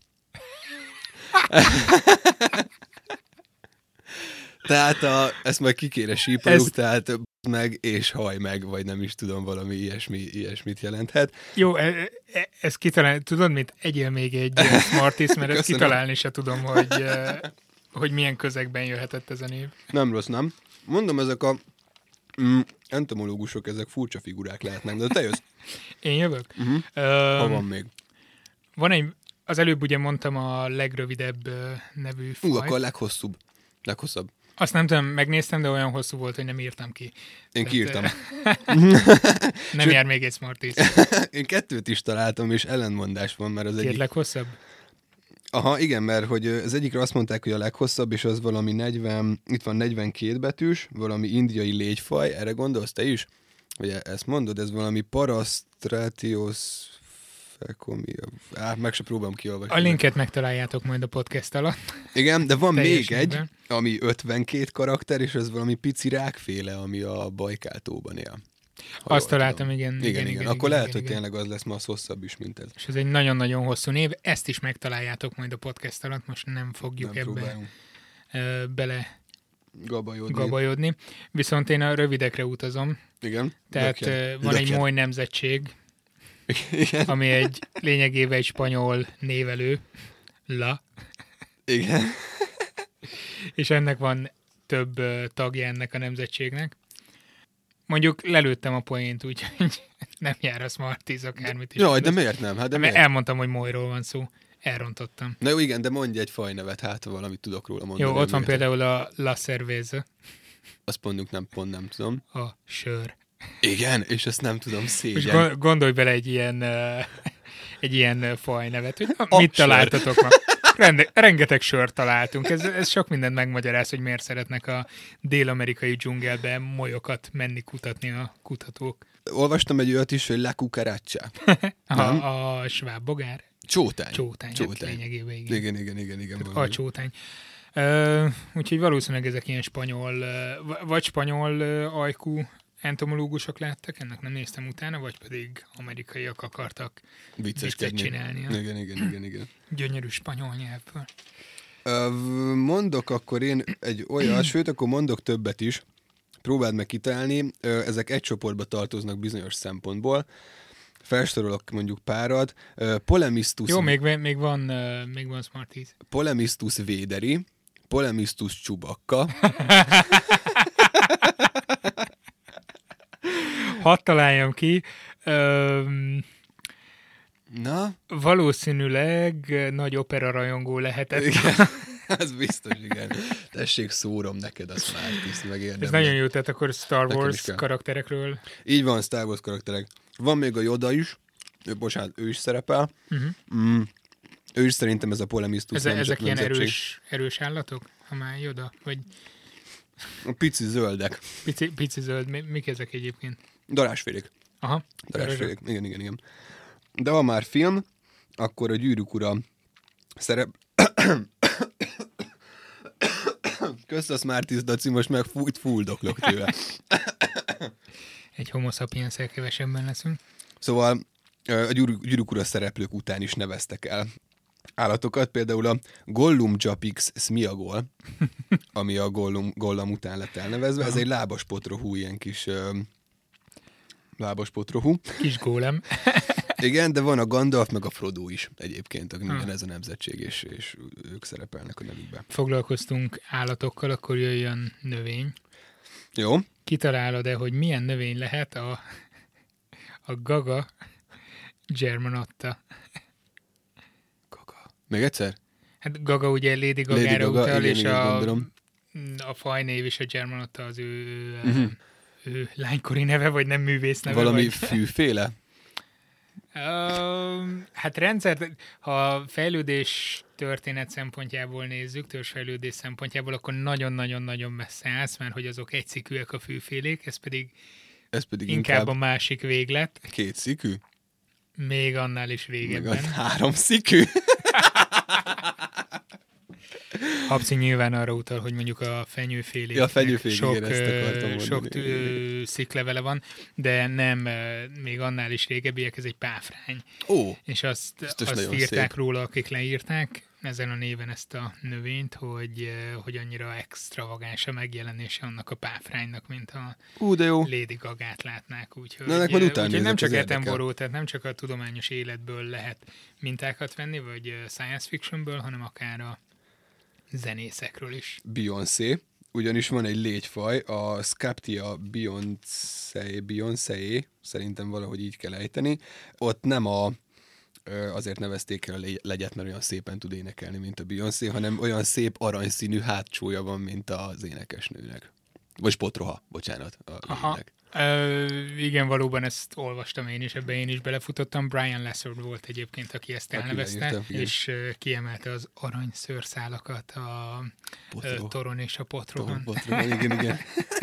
Tehát a, ezt majd ki kéne sípoljuk, ezt... tehát meg és haj meg, vagy nem is tudom, valami ilyesmi, ilyesmit jelenthet. Jó, e, e, ezt kitalálni, tudod mit? Egyél még egy Smarties, mert ezt kitalálni se tudom, hogy, hogy milyen közegben jöhetett ez a név. Nem rossz, nem? Mondom, ezek a mm, entomológusok, ezek furcsa figurák lehetnek, de te jössz. Én jövök? Uh-huh. Um, ha van még. Van egy, az előbb ugye mondtam a legrövidebb nevű faj. Ú, akkor a leghosszúbb. Leghosszabb. Azt nem tudom, megnéztem, de olyan hosszú volt, hogy nem írtam ki. Én kiírtam. Nem jár még egy Smarties. Én kettőt is találtam, és ellentmondás van, mert az Két egyik... leghosszabb? Aha, igen, mert hogy az egyikre azt mondták, hogy a leghosszabb, és az valami negyven, itt van negyvenkét betűs, valami indiai légyfaj, erre gondolsz te is? Vagy ezt mondod, ez valami Parastratios fekomia. Á, meg se próbálom kiolvasni. A linket megtaláljátok majd a podcast alatt. Igen, de van még egy, minden. ami ötvenkét karakter, és ez valami pici rákféle, ami a Bajkál-tóban él. Ha azt találtam, igen. Igen, igen. igen. igen Akkor igen, lehet, igen, hogy igen. tényleg az lesz, ma az hosszabb is, mint ez. És ez egy nagyon-nagyon hosszú név. Ezt is megtaláljátok majd a podcast alatt. Most nem fogjuk nem ebbe uh, bele gabajodni. gabajodni. Viszont én a rövidekre utazom. Igen. Tehát Lökjen. van Lökjen. egy moly nemzetség, igen. ami egy lényegében egy spanyol névelő. La. Igen. És ennek van több uh, tagja ennek a nemzetségnek. Mondjuk lelőttem a poént, úgyhogy nem jár a Smarties akármit is. Jaj, de miért nem? Hát de miért? Elmondtam, hogy molyról van szó. Elrontottam. Na jó, igen, de mondj egy fajnevet, hát valamit tudok róla mondani. Jó, ott van miért? például a La Cerveza. Azt mondjuk nem, pont nem tudom. A sör. Igen, és ezt nem tudom, Most szégyen. gond- gondolj bele egy ilyen, uh, egy ilyen fajnevet, hogy na, A mit sör. találtatok ma? Rende- rengeteg sört találtunk. Ez, ez sok mindent megmagyaráz, hogy miért szeretnek a dél-amerikai dzsungelbe molyokat menni kutatni a kutatók. Olvastam egy olyat is, hogy La Cucaracha. A, a sváb bogár. Csótány. Csótány, Csótány. Hát lényegében, igen. Igen, igen, igen, igen. A valami. csótány. Uh, úgyhogy valószínűleg ezek ilyen spanyol, uh, vagy spanyol uh, ajkú entomológusok lettek, ennek nem néztem utána, vagy pedig amerikaiak akartak viccet csinálni. Igen, igen, igen, igen. Gyönyörű spanyol nyelvből. Uh, mondok akkor én egy olyan, sőt, akkor mondok többet is. Próbáld meg kitalálni. Uh, ezek egy csoportba tartoznak bizonyos szempontból. Felsorolok mondjuk párat. Uh, Polemistus... Jó, még, még van, uh, még van Smarties. Polemistus véderi, Polemistus csubakka. Hadd találjam ki. Um, Na? Valószínűleg nagy opera rajongó lehetett. Igen, ez biztos, igen. Tessék, szórom neked a Smarties, megérdemel. Ez nagyon jó, tehát akkor Star Nekem Wars is kell. karakterekről. Így van, Star Wars karakterek. Van még a Yoda is, ő, bocsánat, ő is szerepel. Uh-huh. Mm. Ő is szerintem ez a Polemistus Ez, ezek ilyen erős, erős állatok? Ha már Yoda? Vagy A pici zöldek. pici, pici zöld. Mi, mik ezek egyébként? Darásfélék. Aha. Darásfélék. Igen, igen, igen. De ha már film, akkor a Gyűrűk ura szerep... Kösz a Smarties, Daci, most meg fújt fuldoklok tőle. Egy homo sapiens-el kevesebben leszünk. Szóval a Gyűrűk, Gyűrűk ura szereplők után is neveztek el állatokat, például a Gollum Japix Smiagol, ami a Gollum, Gollum után lett elnevezve. Ez egy lábas potrohú, ilyen kis uh, lábas potrohú. Kis gólem. Igen, de van a Gandalf, meg a Frodo is egyébként, minden ez a nemzetség, és, és ők szerepelnek a nevükben. Foglalkoztunk állatokkal, akkor jöjjön növény. Jó. Kitalálod-e, hogy milyen növény lehet a, a Gaga Germanotta? Gaga. Még egyszer? Hát Gaga ugye Lady Gaga-ra Lady Gaga, utal, igen, és igen, a, gondolom. a fajnév és a Germanotta az ő, Uh-huh. ő lánykori neve, vagy nem művész neve. Valami vagy... fűféle? Uh, hát rendszer, ha fejlődés történet szempontjából nézzük, törzsfejlődés szempontjából, akkor nagyon-nagyon-nagyon messze állsz, mert hogy azok egyszikűek a fűfélék, ez pedig Ez pedig inkább, inkább a másik véglet. Két szikű? Még annál is régebben. Meg három szikű? Habci nyilván arra utal, hogy mondjuk a fenyőféléknek ja, fenyőfélék, sok, igen, ezt akartam mondani. sok tű, sziklevele van, de nem, még annál is régebbiek, ez egy páfrány. Ó, és azt, azt írták szép. róla, akik leírták ezen a néven ezt a növényt, hogy, hogy annyira extravagáns a megjelenése annak a páfránynak, mint a Ú, de jó. Lady Gagát látnák. Úgyhogy, Na, majd után úgyhogy nem csak ez Attenborough, tehát nem csak a tudományos életből lehet mintákat venni, vagy science fictionből, hanem akár a zenészekről is. Beyoncé, ugyanis van egy légyfaj, a Scaptia Beyoncé, Beyoncé, szerintem valahogy így kell ejteni. Ott nem a azért nevezték el a legyet, mert olyan szépen tud énekelni, mint a Beyoncé, hanem olyan szép aranyszínű hátcsója van, mint az énekesnőnek. Vagy potroha, bocsánat. A Aha. Ö, igen, valóban ezt olvastam én is, ebbe én is belefutottam. Brian Lesser volt egyébként, aki ezt elnevezte, aki leírta, és kiemelte az aranyszőrszálakat a Potró. Toron és a Potron. Potron, igen, igen.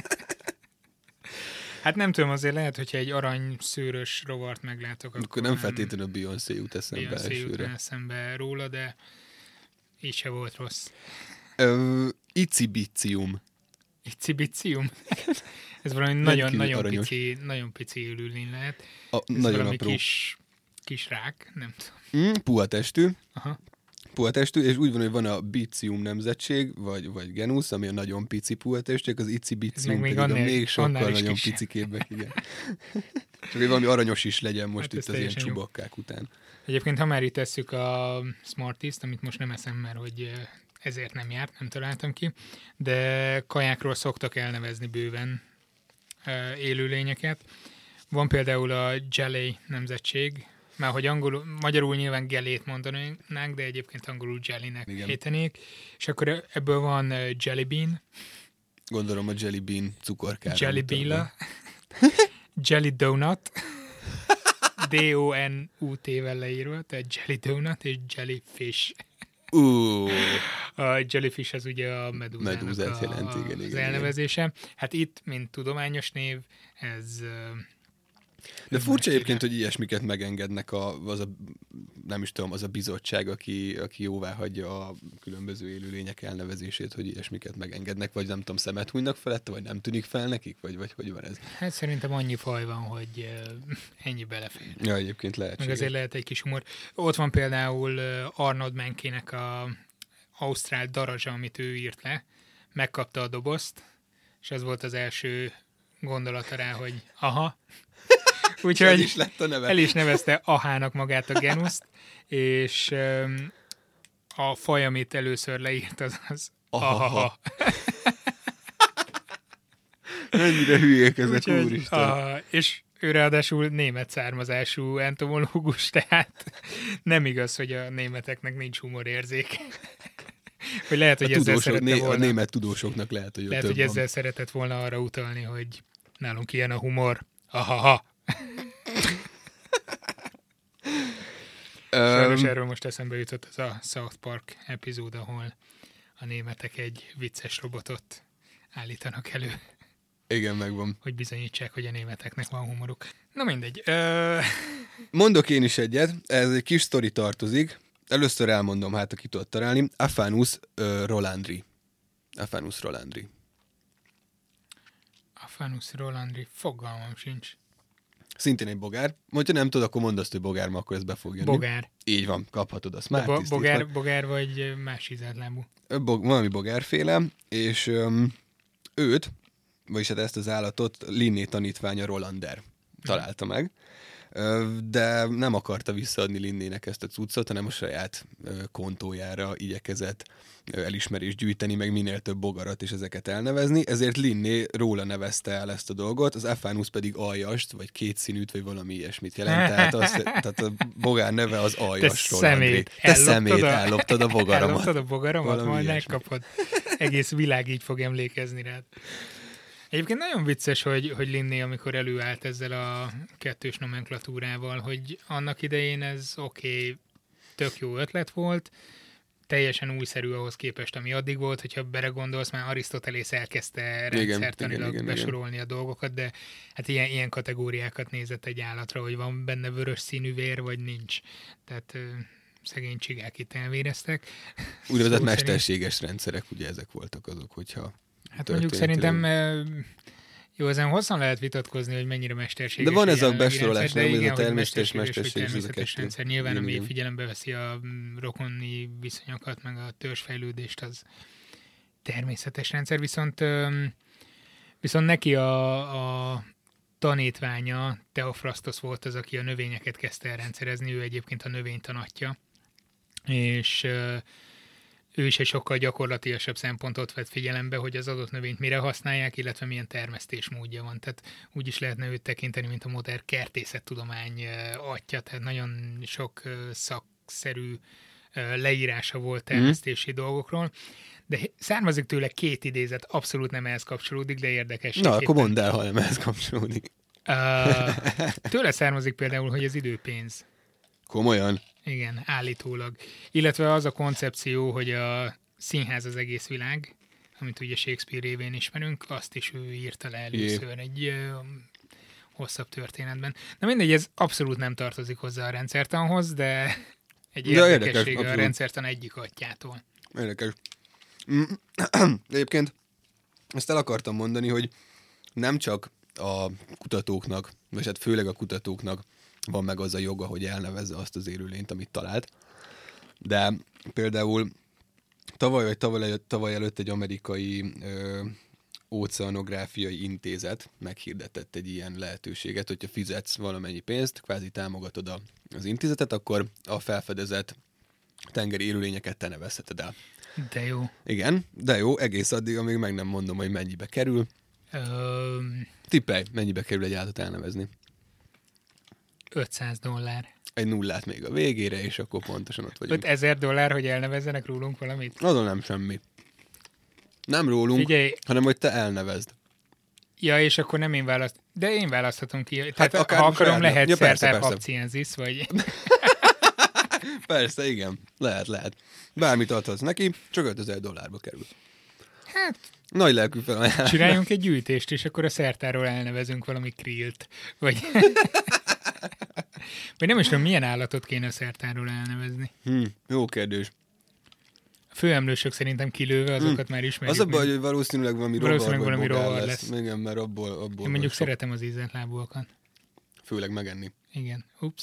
Hát nem tudom, azért lehet, hogyha egy aranyszőrös rovart meglátok, akkor, akkor nem, nem feltétlenül a Beyoncé jut eszembe Beyoncé jut eszembe róla, de így se volt rossz. Ö, Icibicium. Icibicium? Ez valami nagyon-nagyon pici, nagyon pici élőlény lehet. A, Ez nagyon valami apró. Kis, kis rák, nem tudom. Mm, puha testű. Aha. Puha testű, és úgy van, hogy van a Bicium nemzetség, vagy, vagy genusz, ami a nagyon pici puha testűek, az Icibicium pedig annál, a még sokkal nagyon pici képek, igen. Csak hogy valami aranyos is legyen most hát itt az ilyen csubakkák után. Egyébként, ha már itt tesszük a Smarties-t, amit most nem eszem, mert hogy ezért nem járt, nem találtam ki, de kajákról szoktak elnevezni bőven élőlényeket. Van például a Jelly nemzetség, már hogy angolul, magyarul nyilván gelét mondanánk, de egyébként angolul jellynek hétenék, és akkor ebből van Jelly Bean. Gondolom a Jelly Bean cukorkára. Jelly Bean. Jelly Donut. D O N U T-vel leírva, tehát Jelly Donut és Jellyfish. Uh. A jellyfish az ugye a medúzának Medúzát jelent, a, igen, az igen, elnevezése. Igen. Hát itt, mint tudományos név, ez... De furcsa egyébként, hogy ilyesmiket megengednek a, az a, nem is tudom, az a bizottság, aki, aki jóvá hagyja a különböző élőlények elnevezését, hogy ilyesmiket megengednek, vagy nem tudom, szemet hunynak felette, vagy nem tűnik fel nekik, vagy, vagy hogy van ez? Hát szerintem annyi faj van, hogy ennyi belefér. Ja, egyébként lehetséges. Meg azért lehet egy kis humor. Ott van például Arnold Menkének a ausztrál darazsa, amit ő írt le, megkapta a dobozt, és az volt az első gondolata rá, hogy aha. Úgyhogy el is lett a neve. El is nevezte Ahának magát a genuszt, és um, a faj, amit először leírt, az az Ahaha. Mennyire hülyék ezek, úristen. A, és ő ráadásul német származású entomológus, tehát nem igaz, hogy a németeknek nincs humorérzék. Hogy lehet, hogy a ezzel tudósok, szerette né, volna... A német tudósoknak lehet, hogy Lehet, több hogy ezzel van. szeretett volna arra utalni, hogy nálunk ilyen a humor. Ahaha. Sajnos erről most eszembe jutott az a South Park epizód, ahol a németek egy vicces robotot állítanak elő. Igen, megvan. Hogy bizonyítsák, hogy a németeknek van humoruk. Na mindegy. Ö... Mondok én is egyet, ez egy kis sztori tartozik. Először elmondom, hát aki tudod találni. Aphanus uh, rolandri. Aphanus rolandri. Aphanus rolandri. Fogalmam sincs. Szintén egy bogár. Hogyha nem tudod, akkor mondd azt, hogy bogár, akkor ez be fog jönni. Bogár. Így van, kaphatod a Smarties. Bo- bogár, bogár vagy más ízeltlábú? Bo- valami bogárféle, és um, őt, vagyis hát ezt az állatot Linné tanítványa Rolander találta hmm. meg, de nem akarta visszaadni Linnének ezt a cuccot, hanem a saját kontójára igyekezett elismerést gyűjteni, meg minél több bogarat és ezeket elnevezni, ezért Linné róla nevezte el ezt a dolgot, az Aphanus pedig aljast, vagy kétszínűt, vagy valami ilyesmit jelent, tehát, azt, tehát a bogár neve az aljast Rolandri. Te szemét, elloptad a bogaramat. Elloptad a bogaramat, valami majd ilyesmi. megkapod. Egész világ így fog emlékezni rád. Egyébként nagyon vicces, hogy, hogy Linné, amikor előállt ezzel a kettős nomenklatúrával, hogy annak idején ez oké, okay, tök jó ötlet volt, teljesen újszerű ahhoz képest, ami addig volt, hogyha belegondolsz, már Arisztotelész elkezdte rendszertanilag besorolni igen. a dolgokat, de hát ilyen, ilyen kategóriákat nézett egy állatra, hogy van benne vörös színű vér, vagy nincs. Tehát szegény csigák itt elvéreztek. Úgynevezett mesterséges szerint... rendszerek, ugye ezek voltak azok, hogyha... Hát mondjuk szerintem... Jó, ezen hosszan lehet vitatkozni, hogy mennyire mesterséges. De van ez a besorolás, nem? Igen, Ez a természetes, mesterséges, mesterséges rendszer. Nyilván, igen, ami igen. figyelembe veszi a rokoni viszonyokat, meg a törzsfejlődést, az természetes rendszer. Viszont, viszont neki a, a tanítványa, Theophrastos volt az, aki a növényeket kezdte el rendszerezni, ő egyébként a növénytanatja. És... ő is egy sokkal gyakorlatilasabb szempontot vett figyelembe, hogy az adott növényt mire használják, illetve milyen termesztésmódja van. Tehát úgy is lehetne őt tekinteni, mint a modern kertészettudomány atya, tehát nagyon sok szakszerű leírása volt termesztési mm. dolgokról. De származik tőle két idézet, abszolút nem ehhez kapcsolódik, de érdekes. Na, akkor mondd el, ha nem ehhez kapcsolódik. Uh, tőle származik például, hogy az idő pénz. Komolyan? Igen, állítólag. Illetve az a koncepció, hogy a színház az egész világ, amit ugye Shakespeare révén ismerünk, azt is ő írta le először egy ö, hosszabb történetben. Na mindegy, ez abszolút nem tartozik hozzá a rendszertanhoz, de egy de érdekesség érdekes, a rendszertan egyik atyától. Érdekes. Egyébként ezt el akartam mondani, hogy nem csak a kutatóknak, vagy hát főleg a kutatóknak van meg az a joga, hogy elnevezze azt az élőlényt, amit talált. De például tavaly vagy tavaly előtt, tavaly előtt egy amerikai ö, óceanográfiai intézet meghirdetett egy ilyen lehetőséget, hogyha fizetsz valamennyi pénzt, kvázi támogatod a, az intézetet, akkor a felfedezett tengeri élőlényeket te nevezheted el. De jó. Igen, de jó, egész addig, amíg meg nem mondom, hogy mennyibe kerül. Um... Tippelj, mennyibe kerül egy állatot elnevezni. ötszáz dollár. Egy nullát még a végére, és akkor pontosan ott vagyunk. ötezer dollár, hogy elnevezzenek rólunk valamit? Azon nem semmi. Nem rólunk, Figyelj. hanem hogy te elnevezd. Ja, és akkor nem én választ... De én választhatom ki. Hát Tehát akár ha akarom, lehet ja, Certar Habciensis, vagy... Persze, igen. Lehet, lehet. Bármit adhatsz neki, csak ötezer dollárba kerül. Hát... Nagy lelkű felajánlás. Csináljunk egy gyűjtést, és akkor a Certarról elnevezünk valami krillt. Vagy... Vagy nem is tudom, milyen állatot kéne a Certarról elnevezni. Hmm, jó kérdés. A főemlősök szerintem kilőve, azokat hmm. már ismerjük. Az a baj, hogy valószínűleg valami rovar, valami rovar lesz. lesz. Igen, mert abból, abból Én mondjuk szeretem az ízeltlábúakat. Főleg megenni. Igen. Ups.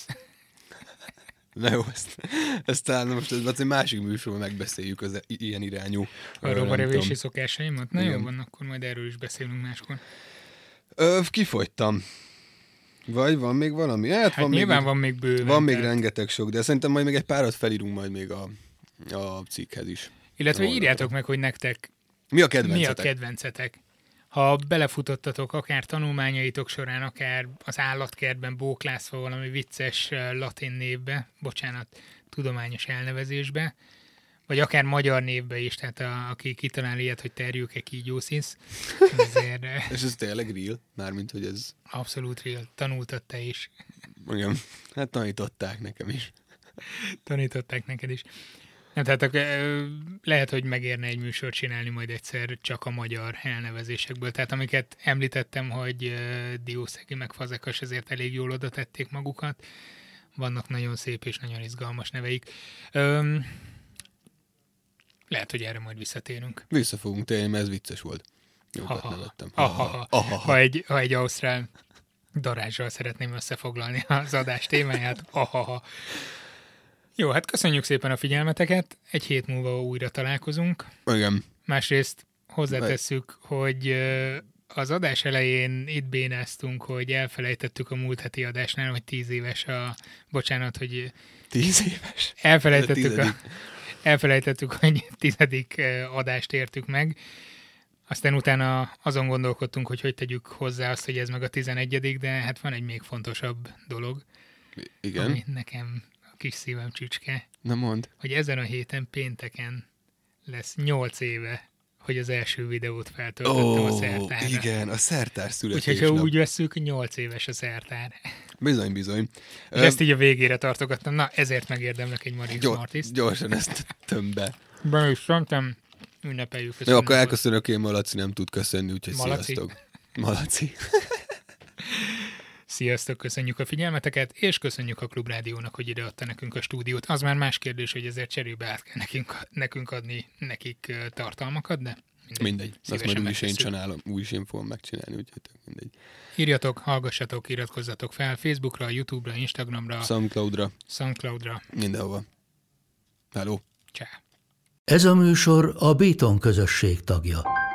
Na jó, ezt, ezt talán most ez egy másik műsorban megbeszéljük az ilyen irányú. A rovarevési szokásaimat? Na igen. Jó van, akkor majd erről is beszélünk máskor. Ö, kifogytam. Vagy van még valami? Hát, hát van nyilván még, van még bőven. Van még tehát... rengeteg sok, de szerintem majd még egy párat felírunk majd még a, a cikkhez is. Illetve no, írjátok meg, hogy nektek mi a kedvencetek. Mi a kedvencetek. Ha belefutottatok akár tanulmányaitok során, akár az állatkertben bóklászva valami vicces latin névbe, bocsánat, tudományos elnevezésbe, vagy akár magyar névbe is, tehát a, aki kitalál ilyet, hogy terjőke kígyószisz. Ezért... És ez tényleg real? Mármint, hogy ez... Abszolút real. Tanultad te is. Igen. Hát tanították nekem is. Tanították neked is. Na, tehát akkor, lehet, hogy megérne egy műsort csinálni majd egyszer csak a magyar elnevezésekből. Tehát amiket említettem, hogy Diószegi meg Fazekas ezért elég jól oda tették magukat. Vannak nagyon szép és nagyon izgalmas neveik. Öm, lehet, hogy erre majd visszatérünk. Vissza fogunk térni, mert ez vicces volt. Jókat ha, nevettem. Ha, ha, ha. Ha, ha, ha. Ha, egy, ha egy ausztrál darázsral szeretném összefoglalni az adás témáját. Ha, ha, ha. Jó, hát köszönjük szépen a figyelmeteket. Egy hét múlva újra találkozunk. Igen. Másrészt hozzátesszük, hogy az adás elején itt bénáztunk, hogy elfelejtettük a múlt heti adásnál, hogy tíz éves a... Bocsánat, hogy... Tíz éves? Elfelejtettük, a, elfelejtettük hogy tizedik adást értük meg. Aztán utána azon gondolkodtunk, hogy hogy tegyük hozzá azt, hogy ez meg a tizenegyedik, de hát van egy még fontosabb dolog. Igen? Ami nekem... kis szívem csücske, na mondd, hogy ezen a héten pénteken lesz nyolc éve, hogy az első videót feltöltöttem oh, a Szertárra. Igen, a Szertár születésnap. Úgyhogy ha úgy vesszük, nyolc éves a Szertár. Bizony, bizony. És Ö... ezt így a végére tartogattam. Na, ezért megérdemlek egy Marine Gyor- Smarties. Gyorsan ezt tömbe. Be is szerintem ünnepeljük. Jó, akkor elköszönök én, Malaci nem tud köszönni, úgyhogy Malaci. Sziasztok. Malaci. Sziasztok, köszönjük a figyelmeteket, és köszönjük a Klubrádiónak, hogy ideadta nekünk a stúdiót. Az már más kérdés, hogy ezért cserébe át kell nekünk, nekünk adni nekik tartalmakat, de mindegy. Mindegy. Azt majd úgy is én csinálom, úgy is én fogom megcsinálni, úgyhogy mindegy. Írjatok, hallgassatok, iratkozzatok fel Facebookra, YouTube-ra, Instagramra, Soundcloudra. Soundcloudra. Mindenhova. Hello. Csá. Ez a műsor a Béton közösség tagja.